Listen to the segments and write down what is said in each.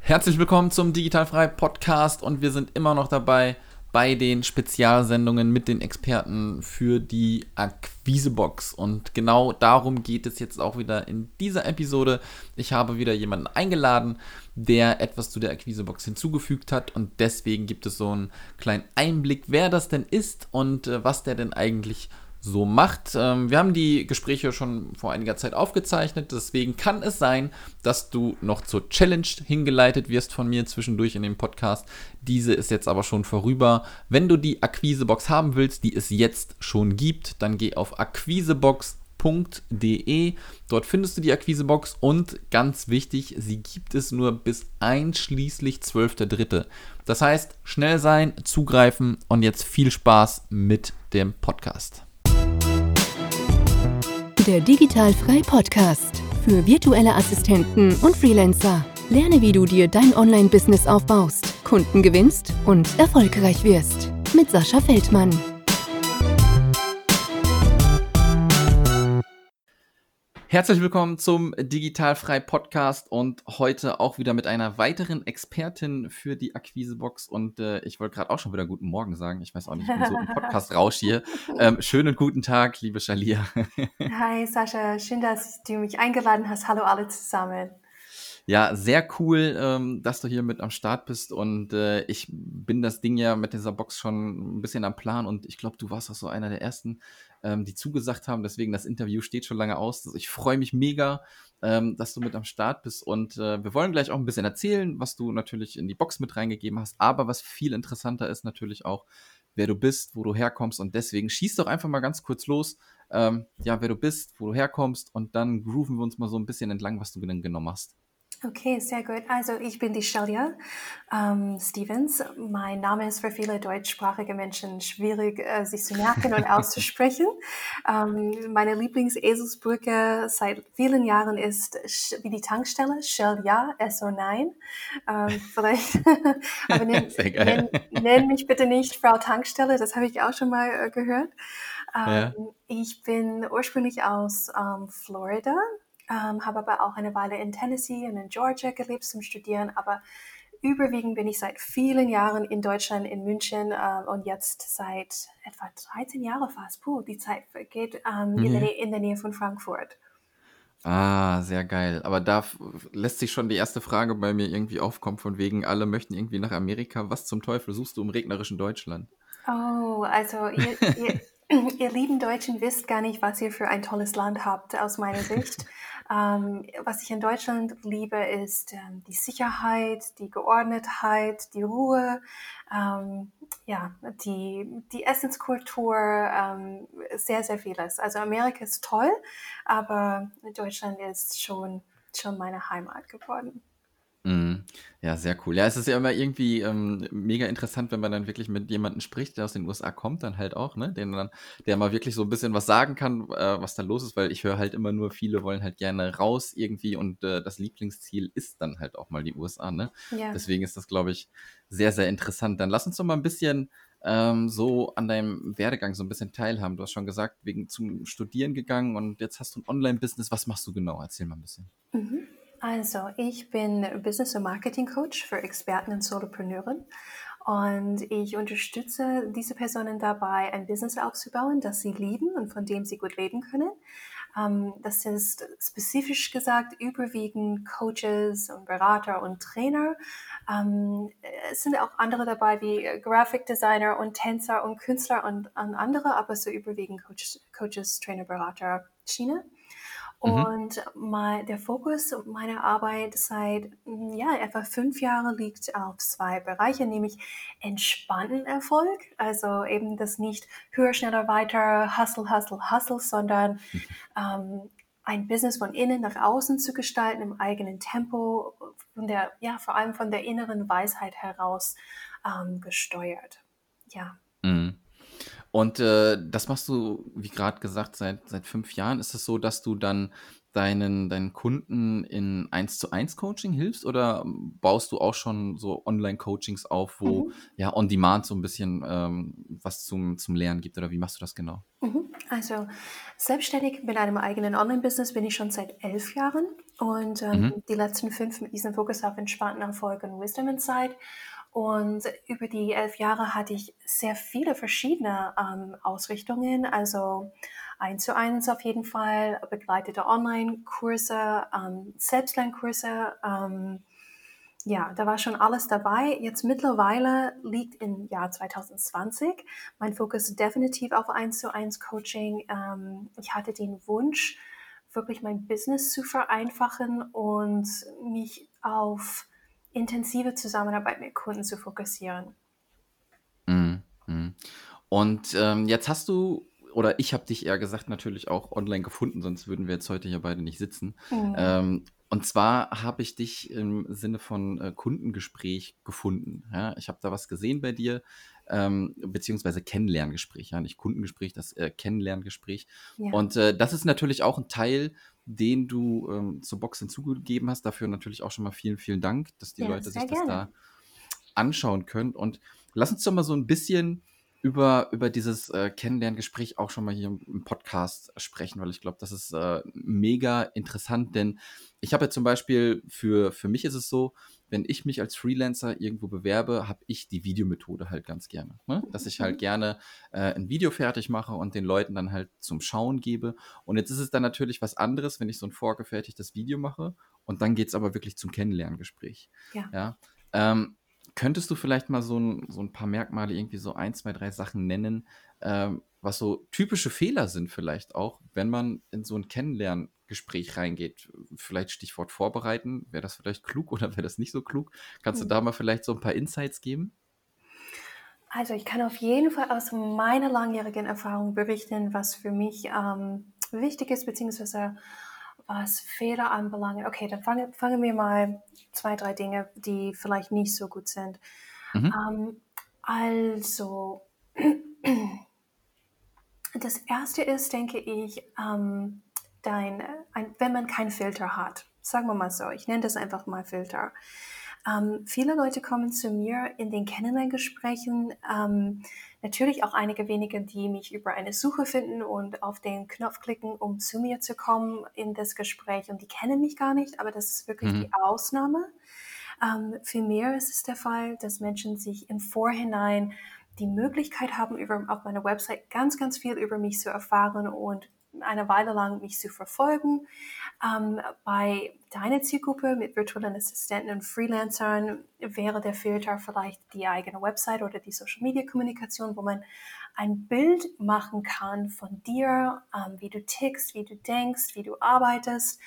Herzlich willkommen zum Digitalfrei Podcast und wir sind immer noch dabei bei den Spezialsendungen mit den Experten für die Akquisebox. Und genau darum geht es jetzt auch wieder in dieser Episode. Ich habe wieder jemanden eingeladen, der etwas zu der Akquisebox hinzugefügt hat und deswegen gibt es so einen kleinen Einblick, wer das denn ist und was der denn eigentlich so macht. Wir haben die Gespräche schon vor einiger Zeit aufgezeichnet, deswegen kann es sein, dass du noch zur Challenge hingeleitet wirst von mir zwischendurch in dem Podcast. Diese ist jetzt aber schon vorüber. Wenn du die Akquisebox haben willst, die es jetzt schon gibt, dann geh auf akquisebox.de. Dort findest du die Akquisebox und ganz wichtig, sie gibt es nur bis einschließlich 12.3. Das heißt, schnell sein, zugreifen und jetzt viel Spaß mit dem Podcast. Der Digitalfrei Podcast für virtuelle Assistenten und Freelancer. Lerne, wie du dir dein Online-Business aufbaust, Kunden gewinnst und erfolgreich wirst. Mit Sascha Feldmann. Herzlich willkommen zum Digitalfrei Podcast und heute auch wieder mit einer weiteren Expertin für die Akquisebox und ich wollte gerade auch schon wieder guten Morgen sagen. Ich weiß auch nicht, ich bin so im Podcast-Rausch hier. Schönen guten Tag, liebe Shalia. Hi Sascha, schön, dass du mich eingeladen hast. Hallo alle zusammen. Ja, sehr cool, dass du hier mit am Start bist und ich bin das Ding ja mit dieser Box schon ein bisschen am Plan und ich glaube, du warst auch so einer der Ersten, die zugesagt haben, deswegen das Interview steht schon lange aus. Also ich freue mich mega, dass du mit am Start bist und wir wollen gleich auch ein bisschen erzählen, was du natürlich in die Box mit reingegeben hast, aber was viel interessanter ist natürlich auch, wer du bist, wo du herkommst und deswegen schieß doch einfach mal ganz kurz los, wer du bist, wo du herkommst und dann grooven wir uns mal so ein bisschen entlang, was du denn genau machst. Okay, sehr gut. Also ich bin die Shalia Stevens. Mein Name ist für viele deutschsprachige Menschen schwierig, sich zu merken und auszusprechen. Meine Lieblingseselsbrücke seit vielen Jahren ist wie die Tankstelle, Shell ja, SO nein. Vielleicht, aber nenn mich bitte nicht Frau Tankstelle, das habe ich auch schon mal gehört. Ja. Ich bin ursprünglich aus Florida. Habe aber auch eine Weile in Tennessee und in Georgia gelebt zum Studieren, aber überwiegend bin ich seit vielen Jahren in Deutschland, in München und jetzt seit etwa 13 Jahren fast. Die Zeit vergeht in der Nähe von Frankfurt. Ah, sehr geil. Aber da lässt sich schon die erste Frage bei mir irgendwie aufkommen, von wegen, alle möchten irgendwie nach Amerika. Was zum Teufel suchst du im regnerischen Deutschland? Oh, also ihr lieben Deutschen wisst gar nicht, was ihr für ein tolles Land habt, aus meiner Sicht. Was ich in Deutschland liebe, ist die Sicherheit, die Geordnetheit, die Ruhe, die Essenskultur, sehr, sehr vieles. Also Amerika ist toll, aber Deutschland ist schon meine Heimat geworden. Mhm. Ja, sehr cool. Ja, es ist ja immer irgendwie mega interessant, wenn man dann wirklich mit jemandem spricht, der aus den USA kommt, dann halt auch, ne, der mal wirklich so ein bisschen was sagen kann, was da los ist, weil ich höre halt immer nur, viele wollen halt gerne raus irgendwie und das Lieblingsziel ist dann halt auch mal die USA, ne? Ja. Deswegen ist das, glaube ich, sehr, sehr interessant. Dann lass uns doch mal ein bisschen so an deinem Werdegang so ein bisschen teilhaben. Du hast schon gesagt, wegen zum Studieren gegangen und jetzt hast du ein Online-Business. Was machst du genau? Erzähl mal ein bisschen. Mhm. Also, ich bin Business- und Marketing-Coach für Experten und Solopreneuren und ich unterstütze diese Personen dabei, ein Business aufzubauen, das sie lieben und von dem sie gut leben können. Das ist spezifisch gesagt überwiegend Coaches und Berater und Trainer. Es sind auch andere dabei wie Graphic Designer und Tänzer und Künstler und andere, aber so überwiegend Coaches, Trainer, Berater, Schiene. Mhm. Und der Fokus meiner Arbeit seit etwa 5 Jahren liegt auf 2 Bereiche, nämlich entspannten Erfolg, also eben das nicht höher, schneller, weiter, hustle, hustle, hustle, sondern ein Business von innen nach außen zu gestalten, im eigenen Tempo, vor allem von der inneren Weisheit heraus gesteuert. Ja. Mhm. Und das machst du, wie gerade gesagt, seit 5 Jahren. Ist es so, dass du dann deinen Kunden in 1:1 Coaching hilfst oder baust du auch schon so Online-Coachings auf, wo Mhm. ja on demand so ein bisschen was zum Lernen gibt oder wie machst du das genau? Also selbstständig mit einem eigenen Online-Business bin ich schon seit 11 Jahren und Mhm. die letzten 5 mit diesem Fokus auf entspannten Erfolg und Wisdom Inside. Und über die 11 Jahre hatte ich sehr viele verschiedene Ausrichtungen, also 1:1 auf jeden Fall, begleitete Online-Kurse, Selbstlernkurse, ja, da war schon alles dabei. Jetzt mittlerweile liegt im Jahr 2020 mein Fokus definitiv auf 1:1 Coaching. Ich hatte den Wunsch, wirklich mein Business zu vereinfachen und mich auf intensive Zusammenarbeit mit Kunden zu fokussieren. Mhm. Mhm. Und jetzt hast du, oder ich habe dich eher gesagt, natürlich auch online gefunden, sonst würden wir jetzt heute hier beide nicht sitzen. Mhm. Und zwar habe ich dich im Sinne von Kundengespräch gefunden. Ja? Ich habe da was gesehen bei dir, beziehungsweise Kennenlerngespräch, ja, nicht Kundengespräch, das Kennenlerngespräch. Ja, Und das ist natürlich auch ein Teil, den du zur Box hinzugegeben hast. Dafür natürlich auch schon mal vielen, vielen Dank, dass die ja, Leute sehr sich das gerne. da anschauen könnt. Und lass uns doch mal so ein bisschen über dieses Kennenlerngespräch auch schon mal hier im Podcast sprechen, weil ich glaube, das ist mega interessant, denn ich habe ja zum Beispiel, für mich ist es so, wenn ich mich als Freelancer irgendwo bewerbe, habe ich die Videomethode halt ganz gerne. Ne? Dass ich halt Mhm. gerne ein Video fertig mache und den Leuten dann halt zum Schauen gebe. Und jetzt ist es dann natürlich was anderes, wenn ich so ein vorgefertigtes Video mache und dann geht es aber wirklich zum Kennenlerngespräch. Ja. Ja. Ähm, Könntest du vielleicht mal so ein paar Merkmale, irgendwie so ein, 2, 3 Sachen nennen, was so typische Fehler sind vielleicht auch, wenn man in so ein Kennenlerngespräch reingeht? Vielleicht Stichwort vorbereiten. Wäre das vielleicht klug oder wäre das nicht so klug? Kannst du Mhm. da mal vielleicht so ein paar Insights geben? Also ich kann auf jeden Fall aus meiner langjährigen Erfahrung berichten, was für mich wichtig ist, beziehungsweise was Fehler anbelangt. Okay, dann fangen wir mal 2, 3 Dinge, die vielleicht nicht so gut sind. Mhm. Ähm, also, das erste ist, denke ich, wenn man keinen Filter hat. Sagen wir mal so, ich nenne das einfach mal Filter. Viele Leute kommen zu mir in den Kennenlerngesprächen, natürlich auch einige wenige, die mich über eine Suche finden und auf den Knopf klicken, um zu mir zu kommen in das Gespräch. Und die kennen mich gar nicht, aber das ist wirklich die Mhm. Ausnahme. Viel mehr ist es der Fall, dass Menschen sich im Vorhinein die Möglichkeit haben, auf meiner Website ganz, ganz viel über mich zu erfahren und eine Weile lang mich zu verfolgen. Bei deiner Zielgruppe mit virtuellen Assistenten und Freelancern wäre der Filter vielleicht die eigene Website oder die Social Media Kommunikation, wo man ein Bild machen kann von dir, wie du tickst, wie du denkst, wie du arbeitest,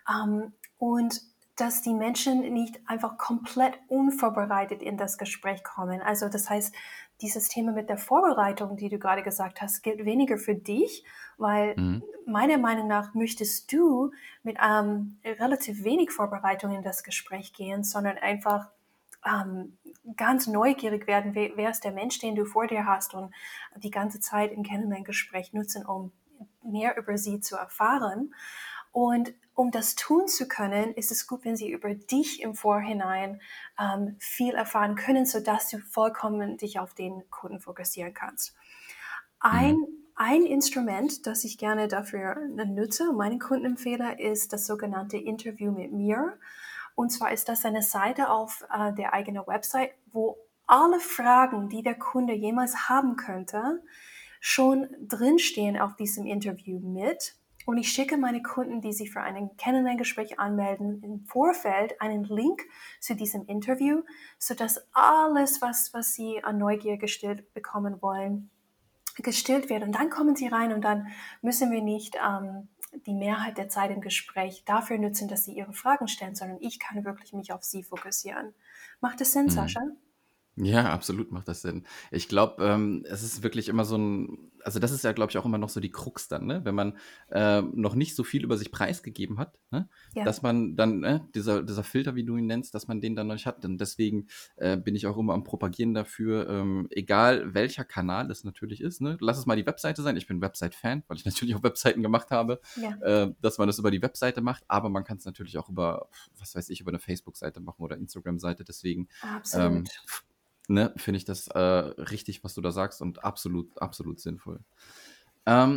und dass die Menschen nicht einfach komplett unvorbereitet in das Gespräch kommen. Also das heißt, dieses Thema mit der Vorbereitung, die du gerade gesagt hast, gilt weniger für dich, weil Mhm. meiner Meinung nach möchtest du mit relativ wenig Vorbereitung in das Gespräch gehen, sondern einfach ähm, ganz neugierig werden, wer ist der Mensch, den du vor dir hast, und die ganze Zeit im Kennenlerngespräch nutzen, um mehr über sie zu erfahren. Und um das tun zu können, ist es gut, wenn sie über dich im Vorhinein viel erfahren können, sodass du vollkommen dich auf den Kunden fokussieren kannst. Ein, Mhm. ein Instrument, das ich gerne dafür nutze und meinen Kunden empfehle, ist das sogenannte Interview mit mir. Und zwar ist das eine Seite auf der eigenen Website, wo alle Fragen, die der Kunde jemals haben könnte, schon drinstehen auf diesem Interview mit. Und ich schicke meine Kunden, die sich für ein Kennenlerngespräch anmelden, im Vorfeld einen Link zu diesem Interview, sodass alles, was sie an Neugier gestillt bekommen wollen, gestillt wird. Und dann kommen sie rein und dann müssen wir nicht die Mehrheit der Zeit im Gespräch dafür nutzen, dass sie ihre Fragen stellen, sondern ich kann wirklich mich auf sie fokussieren. Macht das Sinn, Mhm. Sascha? Ja, absolut macht das Sinn. Ich glaube, es ist wirklich immer so ein, also das ist ja, glaube ich, auch immer noch so die Krux dann, ne? Wenn man noch nicht so viel über sich preisgegeben hat, ne? Ja. Dass man dann, dieser Filter, wie du ihn nennst, dass man den dann noch nicht hat. Und deswegen bin ich auch immer am Propagieren dafür, egal welcher Kanal es natürlich ist, ne? Lass es mal die Webseite sein. Ich bin Website-Fan, weil ich natürlich auch Webseiten gemacht habe, Ja, dass man das über die Webseite macht, aber man kann es natürlich auch über, was weiß ich, über eine Facebook-Seite machen oder Instagram-Seite. Deswegen absolut. ähm, ne, finde ich das richtig, was du da sagst und absolut, absolut sinnvoll. Ähm,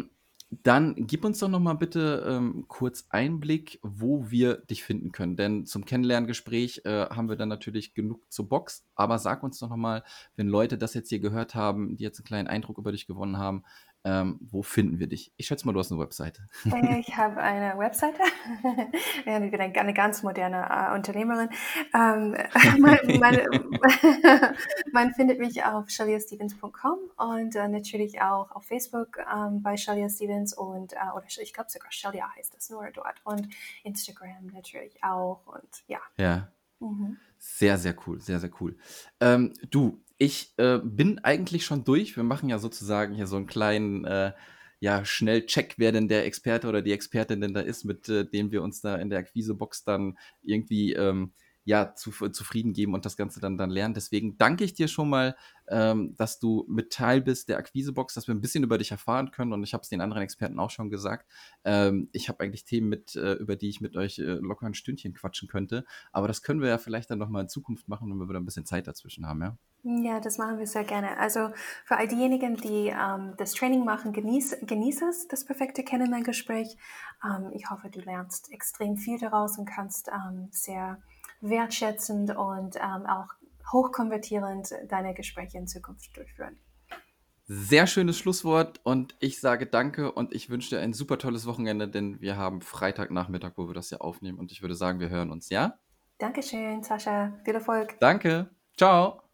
Dann gib uns doch noch mal bitte kurz Einblick, wo wir dich finden können. Denn zum Kennenlerngespräch haben wir dann natürlich genug zur Box. Aber sag uns doch noch mal, wenn Leute das jetzt hier gehört haben, die jetzt einen kleinen Eindruck über dich gewonnen haben, wo finden wir dich? Ich schätze mal, du hast eine Webseite. Ich habe eine Webseite. Ja, ich bin eine ganz moderne Unternehmerin. Man findet mich auf shaliastevens.com und natürlich auch auf Facebook bei Shalia Stevens und oder ich glaube sogar Shalia heißt das nur dort und Instagram natürlich auch und ja. Ja. Mhm. Sehr, sehr cool, sehr, sehr cool. Du, ich bin eigentlich schon durch. Wir machen ja sozusagen hier so einen kleinen, ja, Schnellcheck, wer denn der Experte oder die Expertin denn da ist, mit dem wir uns da in der Akquisebox dann irgendwie ja, zufrieden geben und das Ganze dann lernen. Deswegen danke ich dir schon mal, dass du mit Teil bist der Akquisebox, dass wir ein bisschen über dich erfahren können. Und ich habe es den anderen Experten auch schon gesagt. Ich habe eigentlich Themen mit, über die ich mit euch locker ein Stündchen quatschen könnte. Aber das können wir ja vielleicht dann nochmal in Zukunft machen, wenn wir wieder ein bisschen Zeit dazwischen haben, ja? Ja, das machen wir sehr gerne. Also für all diejenigen, die das Training machen, genieß es, das perfekte Kennenlerngespräch. Ich hoffe, du lernst extrem viel daraus und kannst sehr wertschätzend und auch hochkonvertierend deine Gespräche in Zukunft durchführen. Sehr schönes Schlusswort und ich sage danke und ich wünsche dir ein super tolles Wochenende, denn wir haben Freitagnachmittag, wo wir das ja aufnehmen und ich würde sagen, wir hören uns, ja? Dankeschön, Sascha. Viel Erfolg. Danke. Ciao.